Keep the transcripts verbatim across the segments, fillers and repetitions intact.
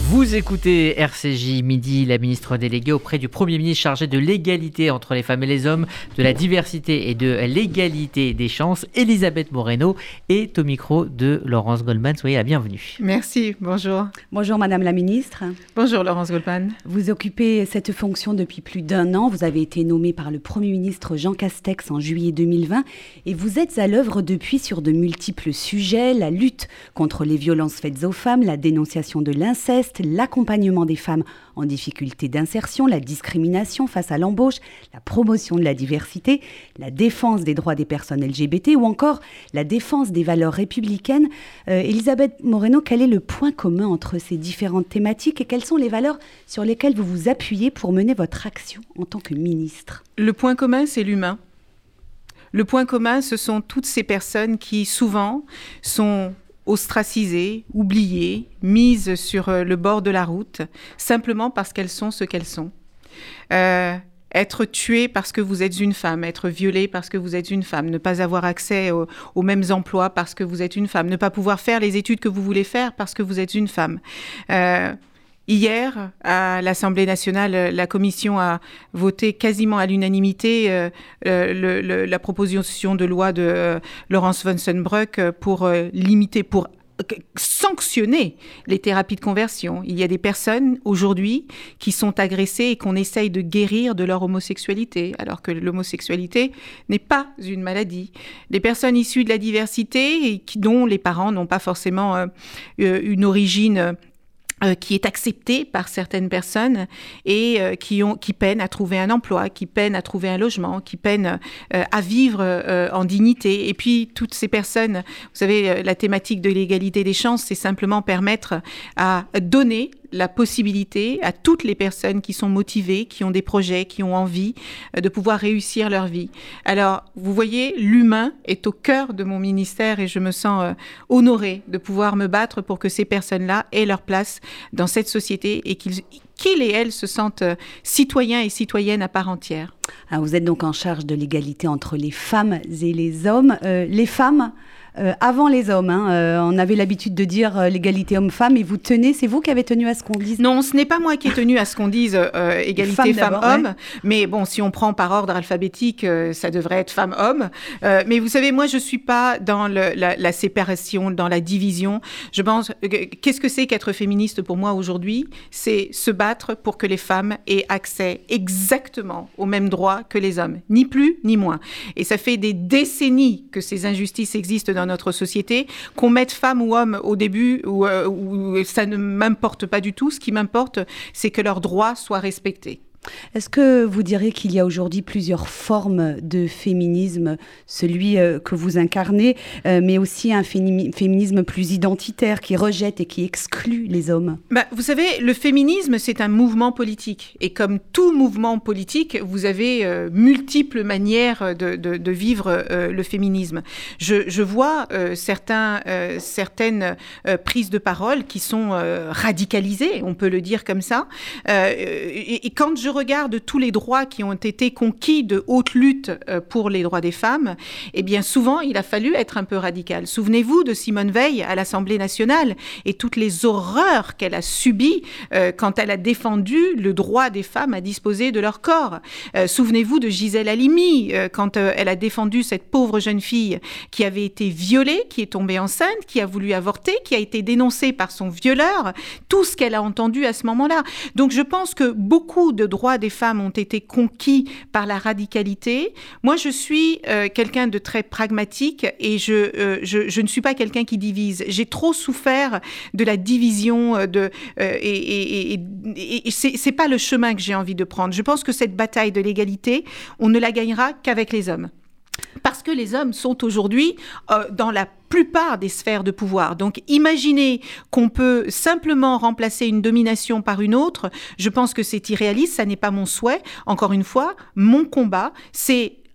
Vous écoutez R C J Midi, la ministre déléguée auprès du Premier ministre chargé de l'égalité entre les femmes et les hommes, de la diversité et de l'égalité des chances, Elisabeth Moreno, est au micro de Laurence Goldman. Soyez la bienvenue. Merci, bonjour. Bonjour Madame la ministre. Bonjour Laurence Goldman. Vous occupez cette fonction depuis plus d'un an. Vous avez été nommée par le Premier ministre Jean Castex en juillet deux mille vingt et vous êtes à l'œuvre depuis sur de multiples sujets, la lutte contre les violences faites aux femmes, la dénonciation de l'inceste, l'accompagnement des femmes en difficulté d'insertion, la discrimination face à l'embauche, la promotion de la diversité, la défense des droits des personnes L G B T ou encore la défense des valeurs républicaines. Euh, Elisabeth Moreno, quel est le point commun entre ces différentes thématiques et quelles sont les valeurs sur lesquelles vous vous appuyez pour mener votre action en tant que ministre ? Le point commun, c'est l'humain. Le point commun, ce sont toutes ces personnes qui, souvent, sont ostracisées, oubliées, mises sur le bord de la route, simplement parce qu'elles sont ce qu'elles sont. Euh, être tuée parce que vous êtes une femme, être violée parce que vous êtes une femme, ne pas avoir accès aux, aux mêmes emplois parce que vous êtes une femme, ne pas pouvoir faire les études que vous voulez faire parce que vous êtes une femme. Euh, Hier, à l'Assemblée nationale, la Commission a voté quasiment à l'unanimité euh, le, le, la proposition de loi de euh, Laurence von Sönbroek pour euh, limiter, pour sanctionner les thérapies de conversion. Il y a des personnes aujourd'hui qui sont agressées et qu'on essaye de guérir de leur homosexualité, alors que l'homosexualité n'est pas une maladie. Les personnes issues de la diversité et qui, dont les parents n'ont pas forcément euh, une origine Euh, qui est acceptée par certaines personnes et euh, qui, ont, qui peinent à trouver un emploi, qui peinent à trouver un logement, qui peinent euh, à vivre euh, en dignité. Et puis, toutes ces personnes, vous savez, la thématique de l'égalité des chances, c'est simplement permettre à donner la possibilité à toutes les personnes qui sont motivées, qui ont des projets, qui ont envie euh, de pouvoir réussir leur vie. Alors, vous voyez, l'humain est au cœur de mon ministère et je me sens euh, honorée de pouvoir me battre pour que ces personnes-là aient leur place dans cette société et qu'ils, qu'ils et elles se sentent euh, citoyens et citoyennes à part entière. Alors vous êtes donc en charge de l'égalité entre les femmes et les hommes. Euh, les femmes, euh, avant les hommes, hein, euh, on avait l'habitude de dire euh, l'égalité homme-femme et vous tenez, c'est vous qui avez tenu à ce qu'on dise ? Non, ce n'est pas moi qui ai tenu à ce qu'on dise euh, égalité femmes-hommes, ouais. Mais bon, si on prend par ordre alphabétique, euh, ça devrait être femmes-hommes. Euh, mais vous savez, moi, je ne suis pas dans le, la, la séparation, dans la division. Je pense, euh, qu'est-ce que c'est qu'être féministe pour moi aujourd'hui ? C'est se battre pour que les femmes aient accès exactement aux mêmes droits que les hommes, ni plus ni moins. Et ça fait des décennies que ces injustices existent dans notre société, qu'on mette femme ou homme au début, ou, euh, ou ça ne m'importe pas du tout. Ce qui m'importe, c'est que leurs droits soient respectés. Est-ce que vous diriez qu'il y a aujourd'hui plusieurs formes de féminisme, celui euh, que vous incarnez, euh, mais aussi un fémi- féminisme plus identitaire qui rejette et qui exclut les hommes ? Bah, vous savez, le féminisme, c'est un mouvement politique. Et comme tout mouvement politique, vous avez euh, multiples manières de, de, de vivre euh, le féminisme. Je, je vois euh, certains, euh, certaines euh, prises de parole qui sont euh, radicalisées, on peut le dire comme ça. Euh, et, et quand je regarde tous les droits qui ont été conquis de haute lutte pour les droits des femmes, eh bien souvent, il a fallu être un peu radical. Souvenez-vous de Simone Veil à l'Assemblée nationale et toutes les horreurs qu'elle a subies euh, quand elle a défendu le droit des femmes à disposer de leur corps. Euh, souvenez-vous de Gisèle Halimi euh, quand euh, elle a défendu cette pauvre jeune fille qui avait été violée, qui est tombée enceinte, qui a voulu avorter, qui a été dénoncée par son violeur, tout ce qu'elle a entendu à ce moment-là. Donc je pense que beaucoup de droits des femmes ont été conquis par la radicalité. Moi, je suis euh, quelqu'un de très pragmatique et je, euh, je, je ne suis pas quelqu'un qui divise. J'ai trop souffert de la division de, euh, et, et, et, et, et c'est, c'est pas le chemin que j'ai envie de prendre. Je pense que cette bataille de l'égalité, on ne la gagnera qu'avec les hommes. Parce que les hommes sont aujourd'hui euh, dans la plupart des sphères de pouvoir. Donc, imaginez qu'on peut simplement remplacer une domination par une autre. Je pense que c'est irréaliste, ça n'est pas mon souhait. Encore une fois, mon combat, c'est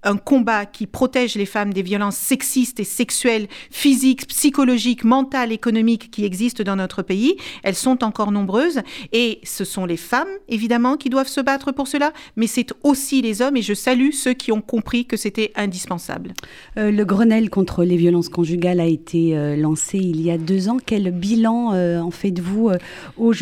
un combat qui protège les femmes des violences sexistes et sexuelles, physiques, psychologiques, mentales, économiques qui existent dans notre pays. Elles sont encore nombreuses et ce sont les femmes, évidemment, qui doivent se battre pour cela, mais c'est aussi les hommes et je salue ceux qui ont compris que c'était indispensable. Euh, le Grenelle contre les violences conjugales a été euh, lancé il y a deux ans. Quel bilan euh, en faites-vous euh, aujourd'hui ?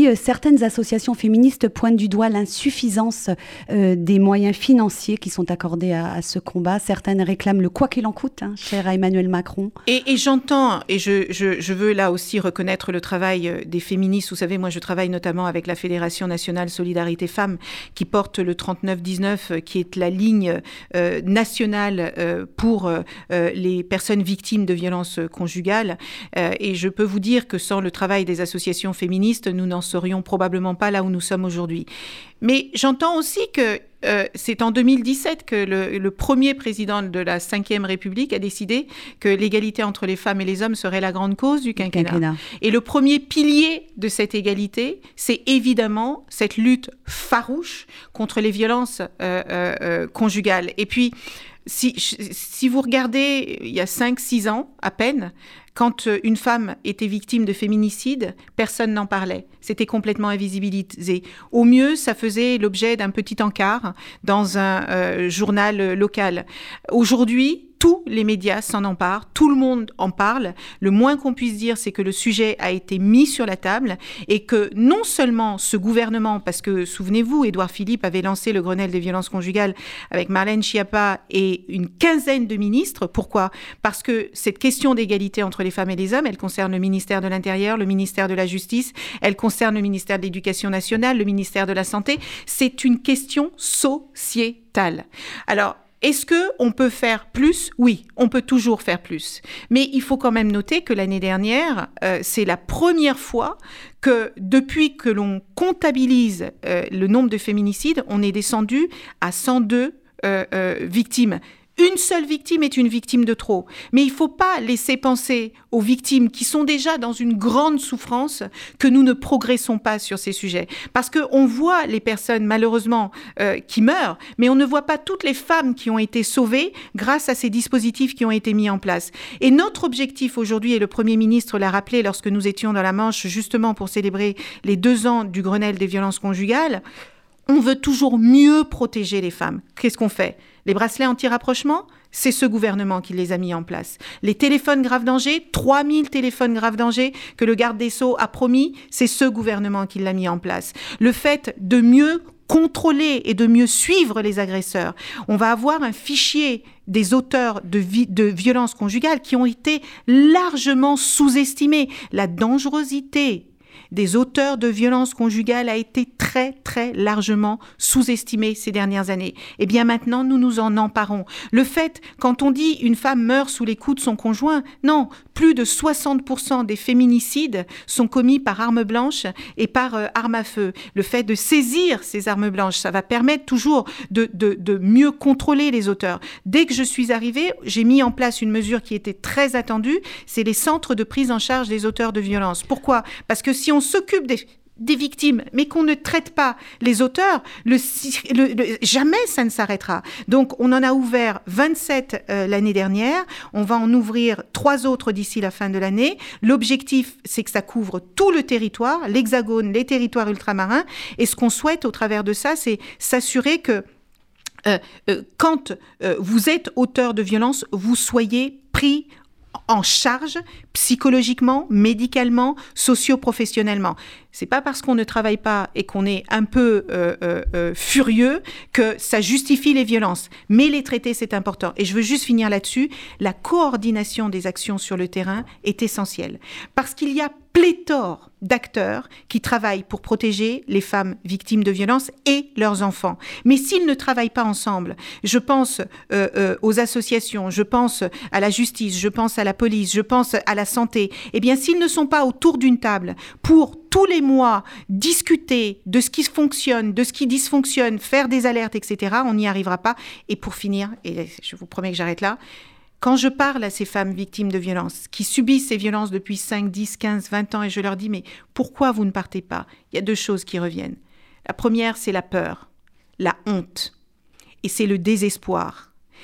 Certaines associations féministes pointent du doigt l'insuffisance euh, des moyens financiers qui sont accordés à, à ce combat. Certaines réclament le quoi qu'il en coûte, hein, cher à Emmanuel Macron. Et, et j'entends, et je, je, je veux là aussi reconnaître le travail des féministes. Vous savez, moi je travaille notamment avec la Fédération nationale Solidarité Femmes qui porte le trente-neuf dix-neuf, qui est la ligne euh, nationale euh, pour euh, les personnes victimes de violences conjugales. Euh, et je peux vous dire que sans le travail des associations féministes, nous n'en serions probablement pas là où nous sommes aujourd'hui. Mais j'entends aussi que euh, c'est en deux mille dix-sept que le, le premier président de la cinquième République a décidé que l'égalité entre les femmes et les hommes serait la grande cause du quinquennat. quinquennat. Et le premier pilier de cette égalité, c'est évidemment cette lutte farouche contre les violences euh, euh, conjugales. Et puis, si, si vous regardez, il y a cinq six ans à peine, quand une femme était victime de féminicide, personne n'en parlait. C'était complètement invisibilisé. Au mieux, ça faisait l'objet d'un petit encart dans un euh, journal local. Aujourd'hui, tous les médias s'en emparent, tout le monde en parle. Le moins qu'on puisse dire, c'est que le sujet a été mis sur la table et que non seulement ce gouvernement, parce que souvenez-vous, Édouard Philippe avait lancé le Grenelle des violences conjugales avec Marlène Schiappa et une quinzaine de ministres. Pourquoi ? Parce que cette question d'égalité entre les femmes et les hommes, elle concerne le ministère de l'Intérieur, le ministère de la Justice, elle concerne le ministère de l'Éducation nationale, le ministère de la Santé. C'est une question sociétale. Alors, est-ce qu'on peut faire plus ? Oui, on peut toujours faire plus. Mais il faut quand même noter que l'année dernière, euh, c'est la première fois que depuis que l'on comptabilise euh, le nombre de féminicides, on est descendu à cent deux euh, euh, victimes. Une seule victime est une victime de trop. Mais il ne faut pas laisser penser aux victimes qui sont déjà dans une grande souffrance que nous ne progressons pas sur ces sujets. Parce qu'on voit les personnes, malheureusement, euh, qui meurent, mais on ne voit pas toutes les femmes qui ont été sauvées grâce à ces dispositifs qui ont été mis en place. Et notre objectif aujourd'hui, et le Premier ministre l'a rappelé lorsque nous étions dans la Manche, justement pour célébrer les deux ans du Grenelle des violences conjugales, on veut toujours mieux protéger les femmes. Qu'est-ce qu'on fait ? Les bracelets anti-rapprochement, c'est ce gouvernement qui les a mis en place. Les téléphones grave danger, trois mille téléphones grave danger que le garde des Sceaux a promis, c'est ce gouvernement qui l'a mis en place. Le fait de mieux contrôler et de mieux suivre les agresseurs. On va avoir un fichier des auteurs de, vi- de violences conjugales qui ont été largement sous-estimés. La dangerosité des auteurs de violences conjugales a été très, très largement sous-estimée ces dernières années. Eh bien maintenant, nous nous en emparons. Le fait, quand on dit une femme meurt sous les coups de son conjoint, non, plus de soixante pour cent des féminicides sont commis par arme blanche et par euh, arme à feu. Le fait de saisir ces armes blanches, ça va permettre toujours de, de, de mieux contrôler les auteurs. Dès que je suis arrivée, j'ai mis en place une mesure qui était très attendue, c'est les centres de prise en charge des auteurs de violences. Pourquoi ? Parce que si on s'occupe des, des victimes, mais qu'on ne traite pas les auteurs, le, le, le, jamais ça ne s'arrêtera. Donc, on en a ouvert vingt-sept euh, l'année dernière. On va en ouvrir trois autres d'ici la fin de l'année. L'objectif, c'est que ça couvre tout le territoire, l'Hexagone, les territoires ultramarins. Et ce qu'on souhaite au travers de ça, c'est s'assurer que euh, euh, quand euh, vous êtes auteur de violence, vous soyez pris en charge psychologiquement, médicalement, socio-professionnellement. C'est pas parce qu'on ne travaille pas et qu'on est un peu euh, euh, euh, furieux que ça justifie les violences. Mais les traiter, c'est important. Et je veux juste finir là-dessus. La coordination des actions sur le terrain est essentielle. Parce qu'il y a pléthore d'acteurs qui travaillent pour protéger les femmes victimes de violences et leurs enfants. Mais s'ils ne travaillent pas ensemble, je pense euh, euh, aux associations, je pense à la justice, je pense à la police, je pense à la santé, eh bien s'ils ne sont pas autour d'une table pour tous les mois discuter de ce qui fonctionne, de ce qui dysfonctionne, faire des alertes, et cetera, on n'y arrivera pas. Et pour finir, et je vous promets que j'arrête là, quand je parle à ces femmes victimes de violences, qui subissent ces violences depuis cinq, dix, quinze, vingt ans, et je leur dis, mais pourquoi vous ne partez pas ? Il y a deux choses qui reviennent. La première, c'est la peur, la honte, et c'est le désespoir.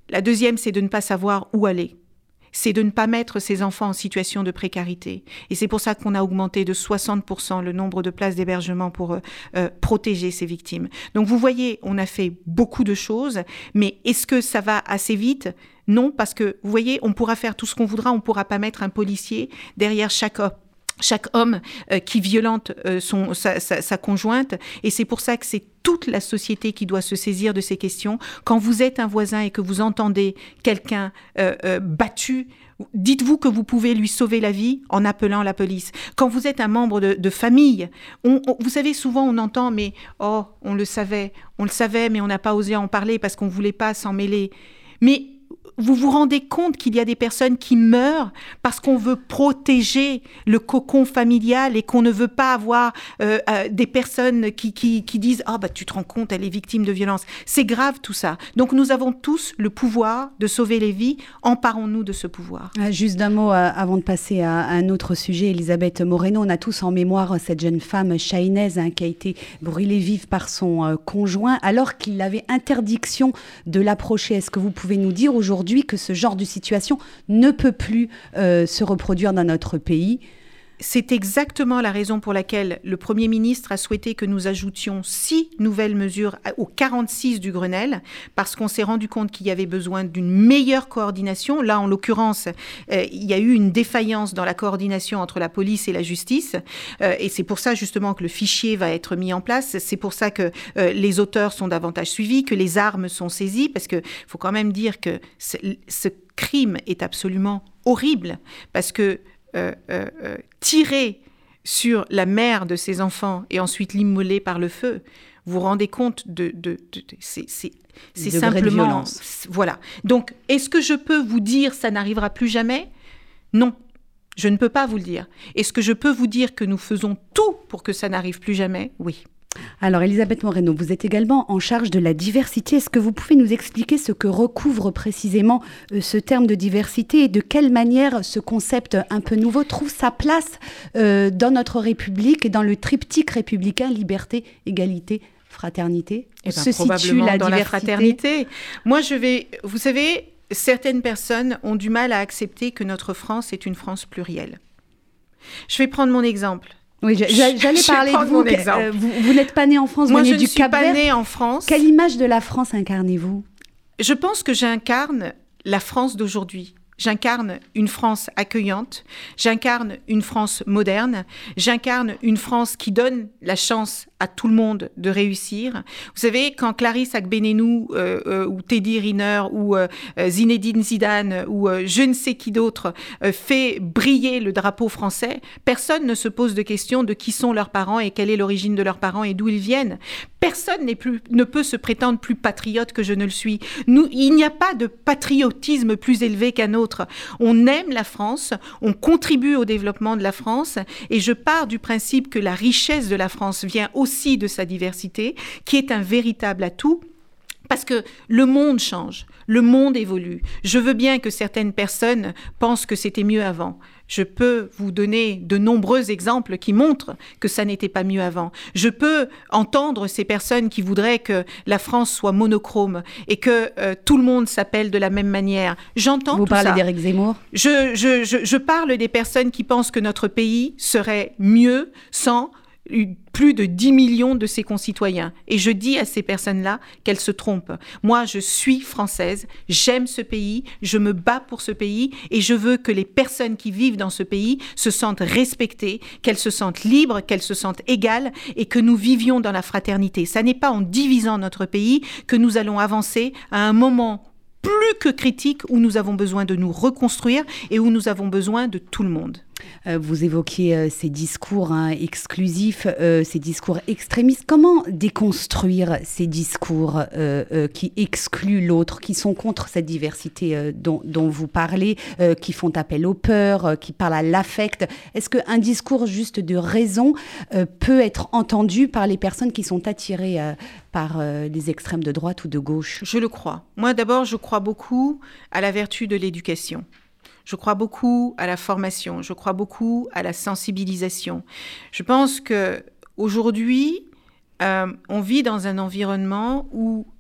La deuxième, c'est de ne pas savoir où aller. C'est de ne pas mettre ces enfants en situation de précarité. Et c'est pour ça qu'on a augmenté de soixante pour cent le nombre de places d'hébergement pour euh, euh, protéger ces victimes. Donc vous voyez, on a fait beaucoup de choses, mais est-ce que ça va assez vite ? Non, parce que vous voyez, on pourra faire tout ce qu'on voudra, on ne pourra pas mettre un policier derrière chaque homme. Chaque homme euh, qui violente euh, son, sa, sa, sa conjointe. Et c'est pour ça que c'est toute la société qui doit se saisir de ces questions. Quand vous êtes un voisin et que vous entendez quelqu'un euh, euh, battu, dites-vous que vous pouvez lui sauver la vie en appelant la police. Quand vous êtes un membre de, de famille, on, on, vous savez, souvent on entend « mais oh, on le savait, on le savait, mais on n'a pas osé en parler parce qu'on ne voulait pas s'en mêler ». Mais vous vous rendez compte qu'il y a des personnes qui meurent parce qu'on veut protéger le cocon familial et qu'on ne veut pas avoir euh, euh, des personnes qui, qui, qui disent « Ah, oh, bah, tu te rends compte, elle est victime de violence ». C'est grave tout ça. Donc nous avons tous le pouvoir de sauver les vies. Emparons-nous de ce pouvoir. Juste d'un mot euh, avant de passer à, à un autre sujet. Elisabeth Moreno, on a tous en mémoire cette jeune femme chahinaise hein, qui a été brûlée vive par son euh, conjoint alors qu'il avait interdiction de l'approcher. Est-ce que vous pouvez nous dire aujourd'hui que ce genre de situation ne peut plus euh, se reproduire dans notre pays? C'est exactement la raison pour laquelle le Premier ministre a souhaité que nous ajoutions six nouvelles mesures aux quarante-six du Grenelle, parce qu'on s'est rendu compte qu'il y avait besoin d'une meilleure coordination. Là, en l'occurrence, euh, il y a eu une défaillance dans la coordination entre la police et la justice. Euh, et c'est pour ça, justement, que le fichier va être mis en place. C'est pour ça que euh, les auteurs sont davantage suivis, que les armes sont saisies, parce qu'il faut quand même dire que ce, ce crime est absolument horrible, parce que Euh, euh, euh, tirer sur la mère de ses enfants et ensuite l'immoler par le feu, vous vous rendez compte de... de, de, de c'est, c'est, c'est simplement... violence. Voilà. Donc, est-ce que je peux vous dire ça n'arrivera plus jamais ? Non, je ne peux pas vous le dire. Est-ce que je peux vous dire que nous faisons tout pour que ça n'arrive plus jamais ? Oui. Alors, Elisabeth Moreno, vous êtes également en charge de la diversité. Est-ce que vous pouvez nous expliquer ce que recouvre précisément euh, ce terme de diversité et de quelle manière ce concept un peu nouveau trouve sa place euh, dans notre République et dans le triptyque républicain liberté, égalité, fraternité ? Eh ben, se probablement situe la dans diversité. La fraternité. Moi, je vais... Vous savez, certaines personnes ont du mal à accepter que notre France est une France plurielle. Je vais prendre mon exemple. Oui, j'allais parler de vous. Euh, vous. Vous n'êtes pas né en France, vous Moi, venez je du ne suis Cap-Vert. pas née en France. Quelle image de la France incarnez-vous ? Je pense que j'incarne la France d'aujourd'hui. J'incarne une France accueillante, j'incarne une France moderne, j'incarne une France qui donne la chance à tout le monde de réussir. Vous savez, quand Clarisse Agbenenou euh, euh, ou Teddy Riner ou euh, Zinedine Zidane ou euh, je ne sais qui d'autre euh, fait briller le drapeau français, personne ne se pose de questions de qui sont leurs parents et quelle est l'origine de leurs parents et d'où ils viennent. Personne n'est plus, ne peut se prétendre plus patriote que je ne le suis. Nous, il n'y a pas de patriotisme plus élevé qu'un autre. On aime la France, on contribue au développement de la France et je pars du principe que la richesse de la France vient aussi de sa diversité, qui est un véritable atout. Parce que le monde change, le monde évolue. Je veux bien que certaines personnes pensent que c'était mieux avant. Je peux vous donner de nombreux exemples qui montrent que ça n'était pas mieux avant. Je peux entendre ces personnes qui voudraient que la France soit monochrome et que euh, tout le monde s'appelle de la même manière. J'entends vous tout ça. Vous parlez d'Éric Zemmour ? je, je, je, je parle des personnes qui pensent que notre pays serait mieux sans plus de dix millions de ses concitoyens. Et je dis à ces personnes-là qu'elles se trompent. Moi, je suis française, j'aime ce pays, je me bats pour ce pays et je veux que les personnes qui vivent dans ce pays se sentent respectées, qu'elles se sentent libres, qu'elles se sentent égales et que nous vivions dans la fraternité. Ça n'est pas en divisant notre pays que nous allons avancer à un moment plus que critique où nous avons besoin de nous reconstruire et où nous avons besoin de tout le monde. Euh, vous évoquiez euh, ces discours hein, exclusifs, euh, ces discours extrémistes. Comment déconstruire ces discours euh, euh, qui excluent l'autre, qui sont contre cette diversité euh, dont, dont vous parlez, euh, qui font appel aux peurs, euh, qui parlent à l'affect ? Est-ce qu'un discours juste de raison euh, peut être entendu par les personnes qui sont attirées euh, par euh, les extrêmes de droite ou de gauche ? Je le crois. Moi, d'abord, je crois beaucoup à la vertu de l'éducation. Je crois beaucoup à la formation, je crois beaucoup à la sensibilisation. Je pense qu'aujourd'hui, euh, on vit dans un environnement où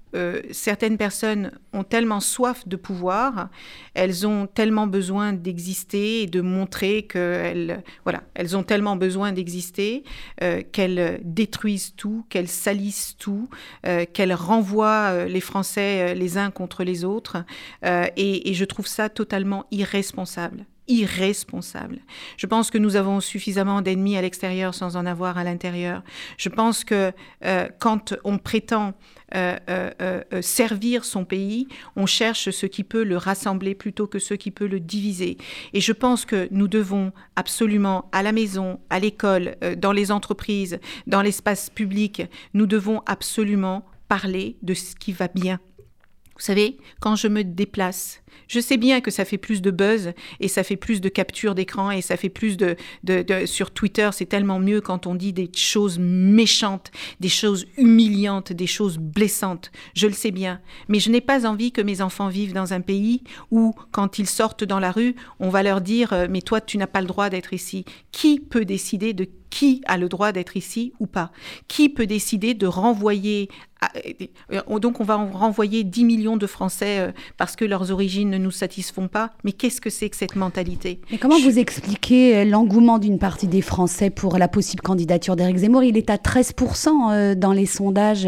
euh, certaines personnes ont tellement soif de pouvoir, elles ont tellement besoin d'exister et de montrer qu'elles, voilà, elles ont tellement besoin d'exister euh, qu'elles détruisent tout, qu'elles salissent tout, euh, qu'elles renvoient euh, les Français euh, les uns contre les autres. Euh, et, et je trouve ça totalement irresponsable. irresponsable. Je pense que nous avons suffisamment d'ennemis à l'extérieur sans en avoir à l'intérieur. Je pense que euh, quand on prétend euh, euh, euh, servir son pays, on cherche ce qui peut le rassembler plutôt que ce qui peut le diviser. Et je pense que nous devons absolument, à la maison, à l'école, euh, dans les entreprises, dans l'espace public, nous devons absolument parler de ce qui va bien. Vous savez, quand je me déplace, je sais bien que ça fait plus de buzz et ça fait plus de captures d'écran et ça fait plus de, de, de... Sur Twitter, c'est tellement mieux quand on dit des choses méchantes, des choses humiliantes, des choses blessantes. Je le sais bien. Mais je n'ai pas envie que mes enfants vivent dans un pays où, quand ils sortent dans la rue, on va leur dire « Mais toi, tu n'as pas le droit d'être ici ». Qui peut décider de qui a le droit d'être ici ou pas? Qui peut décider de renvoyer... À... Donc, on va en renvoyer dix millions de Français euh, parce que leurs origines ne nous satisfont pas. Mais qu'est-ce que c'est que cette mentalité? Mais comment Je... vous expliquez l'engouement d'une partie des Français pour la possible candidature d'Éric Zemmour? Il est à treize pour cent dans les sondages.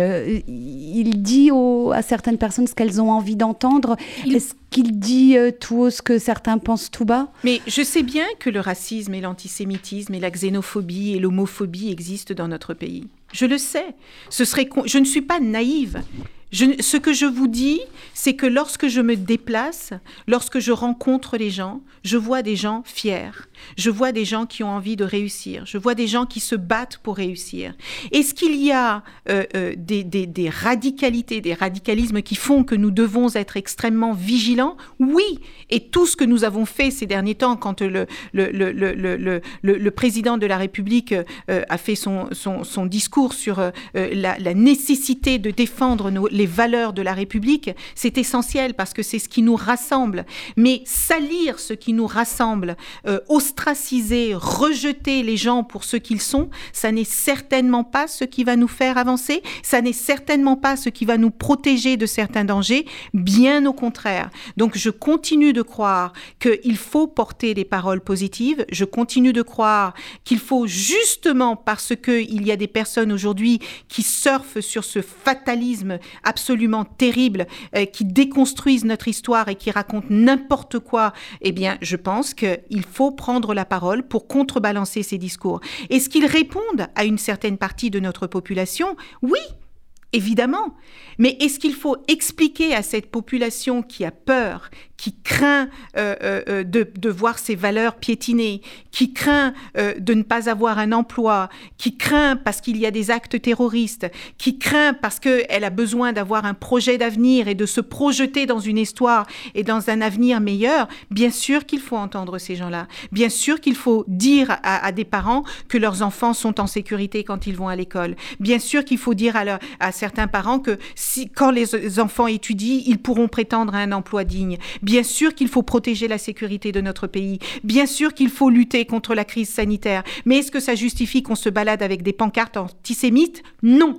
Il dit aux, à certaines personnes ce qu'elles ont envie d'entendre. Il... Est-ce qu'il dit euh, tout haut ce que certains pensent tout bas? Mais je sais bien que le racisme et l'antisémitisme et la xénophobie et l'homophobie existent dans notre pays. Je le sais. Ce serait con... Je ne suis pas naïve. Je, ce que je vous dis, c'est que lorsque je me déplace, lorsque je rencontre les gens, je vois des gens fiers. Je vois des gens qui ont envie de réussir. Je vois des gens qui se battent pour réussir. Est-ce qu'il y a euh, euh, des, des, des radicalités, des radicalismes qui font que nous devons être extrêmement vigilants? Oui. Et tout ce que nous avons fait ces derniers temps, quand le, le, le, le, le, le, le président de la République euh, a fait son, son, son discours sur euh, la, la nécessité de défendre nos, les valeurs de la République, c'est essentiel parce que c'est ce qui nous rassemble. Mais salir ce qui nous rassemble, euh, ostraciser, rejeter les gens pour ce qu'ils sont, ça n'est certainement pas ce qui va nous faire avancer, ça n'est certainement pas ce qui va nous protéger de certains dangers, bien au contraire. Donc je continue de croire qu'il faut porter des paroles positives, je continue de croire qu'il faut justement parce qu'il y a des personnes aujourd'hui qui surfent sur ce fatalisme absolument terrible, euh, qui déconstruisent notre histoire et qui racontent n'importe quoi, eh bien, je pense qu'il faut prendre la parole pour contrebalancer ces discours. Est-ce qu'ils répondent à une certaine partie de notre population? Oui, évidemment. Mais est-ce qu'il faut expliquer à cette population qui a peur, qui craint euh, euh, de, de voir ses valeurs piétinées, qui craint euh, de ne pas avoir un emploi, qui craint parce qu'il y a des actes terroristes, qui craint parce qu'elle a besoin d'avoir un projet d'avenir et de se projeter dans une histoire et dans un avenir meilleur? Bien sûr qu'il faut entendre ces gens-là. Bien sûr qu'il faut dire à, à des parents que leurs enfants sont en sécurité quand ils vont à l'école. Bien sûr qu'il faut dire à, leur, à certains parents que si, quand les enfants étudient, ils pourront prétendre à un emploi digne. Bien sûr qu'il faut protéger la sécurité de notre pays. Bien sûr qu'il faut lutter contre la crise sanitaire. Mais est-ce que ça justifie qu'on se balade avec des pancartes antisémites? Non.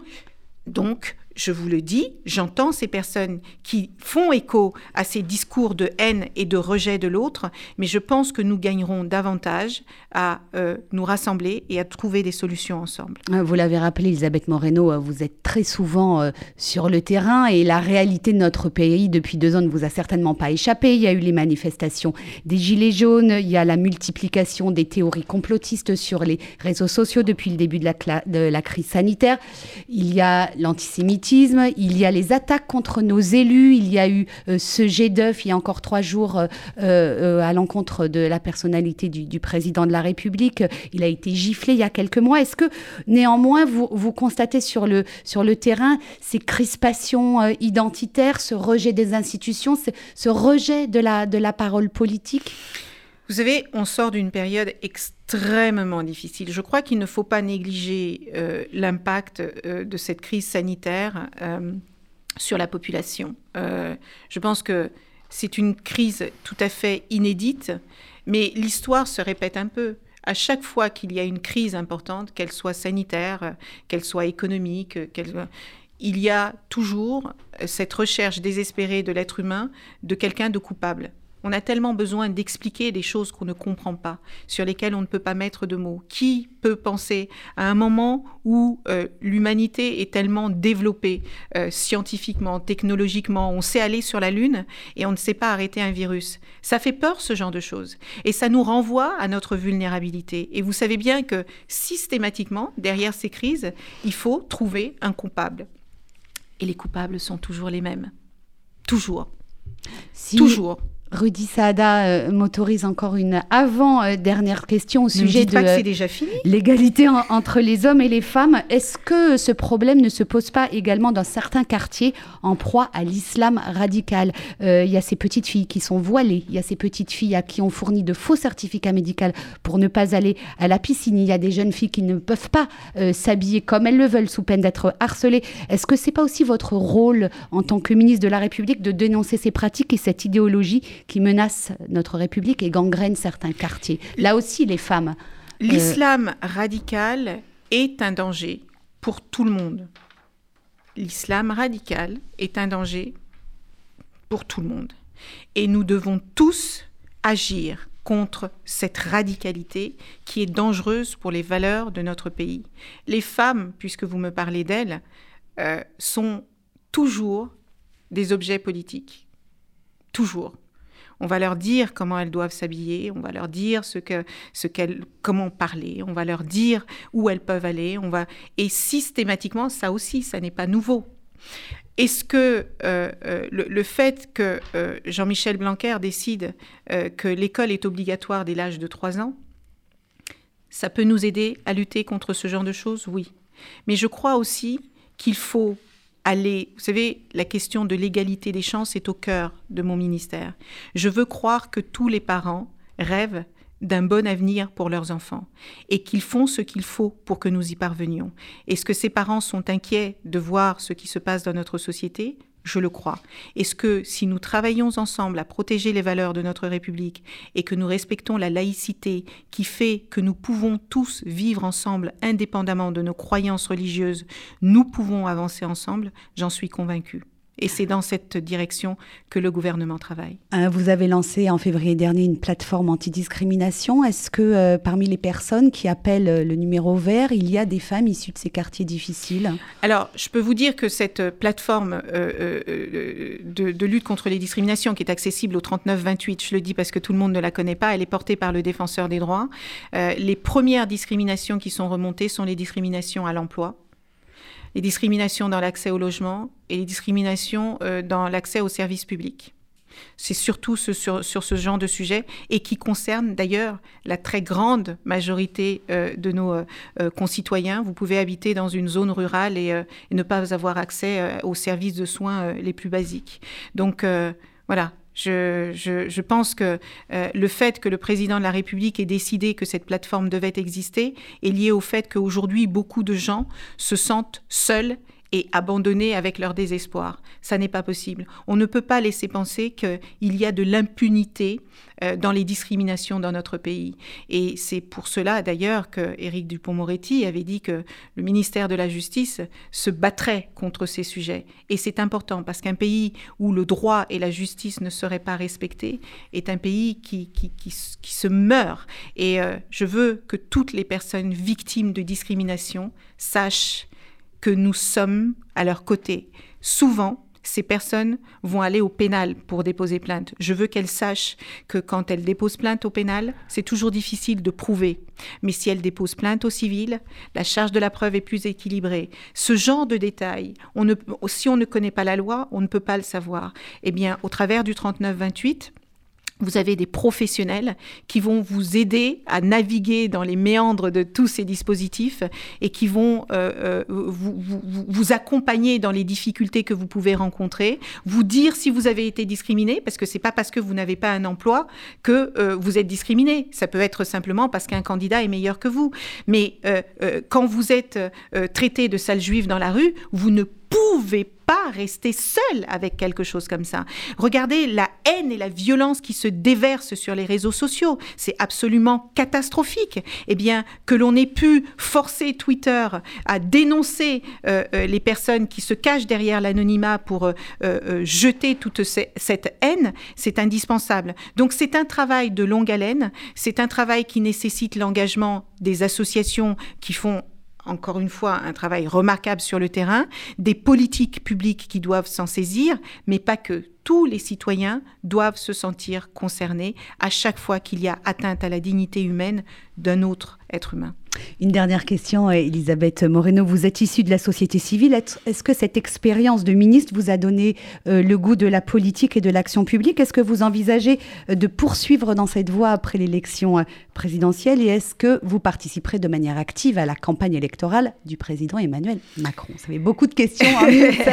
Donc, je vous le dis, j'entends ces personnes qui font écho à ces discours de haine et de rejet de l'autre, mais je pense que nous gagnerons davantage à euh, nous rassembler et à trouver des solutions ensemble. Vous l'avez rappelé, Elisabeth Moreno, vous êtes très souvent euh, sur le terrain et la réalité de notre pays depuis deux ans ne vous a certainement pas échappé. Il y a eu les manifestations des Gilets jaunes, il y a la multiplication des théories complotistes sur les réseaux sociaux depuis le début de la, cla- de la crise sanitaire. Il y a l'antisémitisme. Il y a les attaques contre nos élus, il y a eu euh, ce jet d'œuf il y a encore trois jours euh, euh, à l'encontre de la personnalité du, du président de la République. Il a été giflé il y a quelques mois. Est-ce que néanmoins vous, vous constatez sur le, sur le terrain ces crispations euh, identitaires, ce rejet des institutions, ce, ce rejet de la, de la parole politique ? Vous savez, on sort d'une période extrêmement difficile. Je crois qu'il ne faut pas négliger euh, l'impact euh, de cette crise sanitaire euh, sur la population. Euh, je pense que c'est une crise tout à fait inédite, mais l'histoire se répète un peu. À chaque fois qu'il y a une crise importante, qu'elle soit sanitaire, qu'elle soit économique, qu'elle... il y a toujours cette recherche désespérée de l'être humain de quelqu'un de coupable. On a tellement besoin d'expliquer des choses qu'on ne comprend pas, sur lesquelles on ne peut pas mettre de mots. Qui peut penser à un moment où euh, l'humanité est tellement développée euh, scientifiquement, technologiquement, on sait aller sur la Lune et on ne sait pas arrêter un virus. Ça fait peur, ce genre de choses. Et ça nous renvoie à notre vulnérabilité. Et vous savez bien que systématiquement, derrière ces crises, il faut trouver un coupable. Et les coupables sont toujours les mêmes. Toujours. Si... Toujours. Rudy Saada euh, m'autorise encore une avant-dernière question au sujet de euh, déjà fini. l'égalité en, entre les hommes et les femmes. Est-ce que ce problème ne se pose pas également dans certains quartiers en proie à l'islam radical ? Il euh, y a ces petites filles qui sont voilées, il y a ces petites filles à qui on fournit de faux certificats médicaux pour ne pas aller à la piscine. Il y a des jeunes filles qui ne peuvent pas euh, s'habiller comme elles le veulent sous peine d'être harcelées. Est-ce que c'est pas aussi votre rôle en tant que ministre de la République de dénoncer ces pratiques et cette idéologie qui menace notre République et gangrène certains quartiers? Là aussi, les femmes... L'islam euh... radical est un danger pour tout le monde. L'islam radical est un danger pour tout le monde. Et nous devons tous agir contre cette radicalité qui est dangereuse pour les valeurs de notre pays. Les femmes, puisque vous me parlez d'elles, euh, sont toujours des objets politiques. Toujours. On va leur dire comment elles doivent s'habiller, on va leur dire ce que, ce qu'elles, comment parler, on va leur dire où elles peuvent aller. On va... Et systématiquement, ça aussi, ça n'est pas nouveau. Est-ce que euh, euh, le, le fait que euh, Jean-Michel Blanquer décide euh, que l'école est obligatoire dès l'âge de trois ans, ça peut nous aider à lutter contre ce genre de choses? Oui. Mais je crois aussi qu'il faut aller... Vous savez, la question de l'égalité des chances est au cœur de mon ministère. Je veux croire que tous les parents rêvent d'un bon avenir pour leurs enfants et qu'ils font ce qu'il faut pour que nous y parvenions. Est-ce que ces parents sont inquiets de voir ce qui se passe dans notre société ? Je le crois. Est-ce que si nous travaillons ensemble à protéger les valeurs de notre République et que nous respectons la laïcité qui fait que nous pouvons tous vivre ensemble indépendamment de nos croyances religieuses, nous pouvons avancer ensemble? J'en suis convaincue. Et c'est dans cette direction que le gouvernement travaille. Vous avez lancé en février dernier une plateforme antidiscrimination. Est-ce que euh, parmi les personnes qui appellent le numéro vert, il y a des femmes issues de ces quartiers difficiles ? Alors, je peux vous dire que cette plateforme euh, euh, de, de lutte contre les discriminations, qui est accessible au trente-neuf vingt-huit, je le dis parce que tout le monde ne la connaît pas, elle est portée par le Défenseur des droits. Euh, les premières discriminations qui sont remontées sont les discriminations à l'emploi, les discriminations dans l'accès au logement et les discriminations euh, dans l'accès aux services publics. C'est surtout ce, sur, sur ce genre de sujet et qui concerne d'ailleurs la très grande majorité euh, de nos euh, concitoyens. Vous pouvez habiter dans une zone rurale et, euh, et ne pas avoir accès euh, aux services de soins euh, les plus basiques. Donc euh, voilà. Je, je, je pense que euh, le fait que le président de la République ait décidé que cette plateforme devait exister est lié au fait qu'aujourd'hui, beaucoup de gens se sentent seuls et abandonnés avec leur désespoir. Ça n'est pas possible. On ne peut pas laisser penser qu'il y a de l'impunité euh, dans les discriminations dans notre pays. Et c'est pour cela, d'ailleurs, que Éric Dupond-Moretti avait dit que le ministère de la Justice se battrait contre ces sujets. Et c'est important, parce qu'un pays où le droit et la justice ne seraient pas respectés est un pays qui, qui, qui, qui se meurt. Et euh, je veux que toutes les personnes victimes de discrimination sachent que nous sommes à leur côté. Souvent, ces personnes vont aller au pénal pour déposer plainte. Je veux qu'elles sachent que quand elles déposent plainte au pénal, c'est toujours difficile de prouver. Mais si elles déposent plainte au civil, la charge de la preuve est plus équilibrée. Ce genre de détails, on ne, si on ne connaît pas la loi, on ne peut pas le savoir. Eh bien, au travers du trente-neuf vingt-huit, vous avez des professionnels qui vont vous aider à naviguer dans les méandres de tous ces dispositifs et qui vont euh, vous, vous, vous accompagner dans les difficultés que vous pouvez rencontrer, vous dire si vous avez été discriminé, parce que c'est pas parce que vous n'avez pas un emploi que euh, vous êtes discriminé. Ça peut être simplement parce qu'un candidat est meilleur que vous. Mais euh, euh, quand vous êtes euh, traité de sale juive dans la rue, vous ne pouvez pas pas rester seul avec quelque chose comme ça. Regardez la haine et la violence qui se déversent sur les réseaux sociaux. C'est absolument catastrophique. Eh bien, que l'on ait pu forcer Twitter à dénoncer euh, euh, les personnes qui se cachent derrière l'anonymat pour euh, euh, jeter toute ce, cette haine, c'est indispensable. Donc, c'est un travail de longue haleine. C'est un travail qui nécessite l'engagement des associations qui font encore une fois, un travail remarquable sur le terrain, des politiques publiques qui doivent s'en saisir, mais pas que. Tous les citoyens doivent se sentir concernés à chaque fois qu'il y a atteinte à la dignité humaine d'un autre être humain. Une dernière question, Elisabeth Moreno. Vous êtes issue de la société civile. Est-ce que cette expérience de ministre vous a donné euh, le goût de la politique et de l'action publique ? Est-ce que vous envisagez de poursuivre dans cette voie après l'élection présidentielle ? Et est-ce que vous participerez de manière active à la campagne électorale du président Emmanuel Macron ? Ça fait beaucoup de questions. Hein.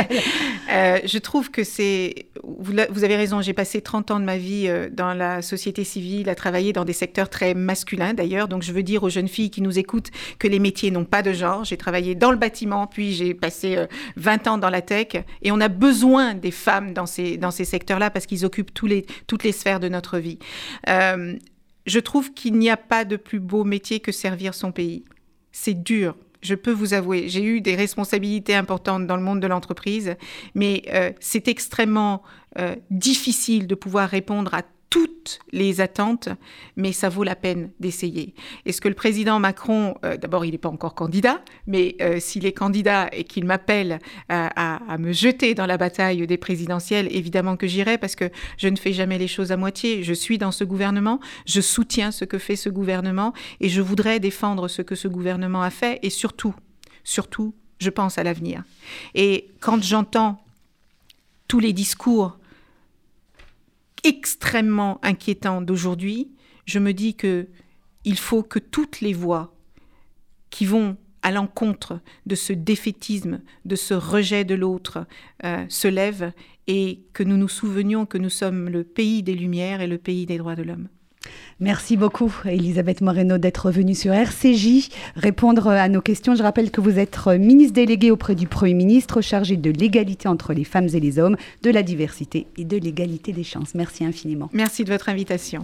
euh, je trouve que c'est... Vous, vous avez raison, j'ai passé trente ans de ma vie euh, dans la société civile, à travailler dans des secteurs très masculins d'ailleurs. Donc je veux dire aux jeunes filles qui nous écoutent que les métiers n'ont pas de genre. J'ai travaillé dans le bâtiment, puis j'ai passé euh, vingt ans dans la tech. Et on a besoin des femmes dans ces, dans ces secteurs-là parce qu'ils occupent tous les, toutes les sphères de notre vie. Euh, je trouve qu'il n'y a pas de plus beau métier que servir son pays. C'est dur. Je peux vous avouer, j'ai eu des responsabilités importantes dans le monde de l'entreprise, mais euh, c'est extrêmement euh, difficile de pouvoir répondre à toutes les attentes, mais ça vaut la peine d'essayer. Est-ce que le président Macron, euh, d'abord il n'est pas encore candidat, mais euh, s'il est candidat et qu'il m'appelle à, à, à me jeter dans la bataille des présidentielles, évidemment que j'irai parce que je ne fais jamais les choses à moitié. Je suis dans ce gouvernement, je soutiens ce que fait ce gouvernement et je voudrais défendre ce que ce gouvernement a fait et surtout, surtout, je pense à l'avenir. Et quand j'entends tous les discours extrêmement inquiétant d'aujourd'hui, je me dis que il faut que toutes les voix qui vont à l'encontre de ce défaitisme, de ce rejet de l'autre, euh, se lèvent et que nous nous souvenions que nous sommes le pays des Lumières et le pays des droits de l'homme. Merci beaucoup, Elisabeth Moreno, d'être venue sur R C J, répondre à nos questions. Je rappelle que vous êtes ministre déléguée auprès du Premier ministre, chargée de l'égalité entre les femmes et les hommes, de la diversité et de l'égalité des chances. Merci infiniment. Merci de votre invitation.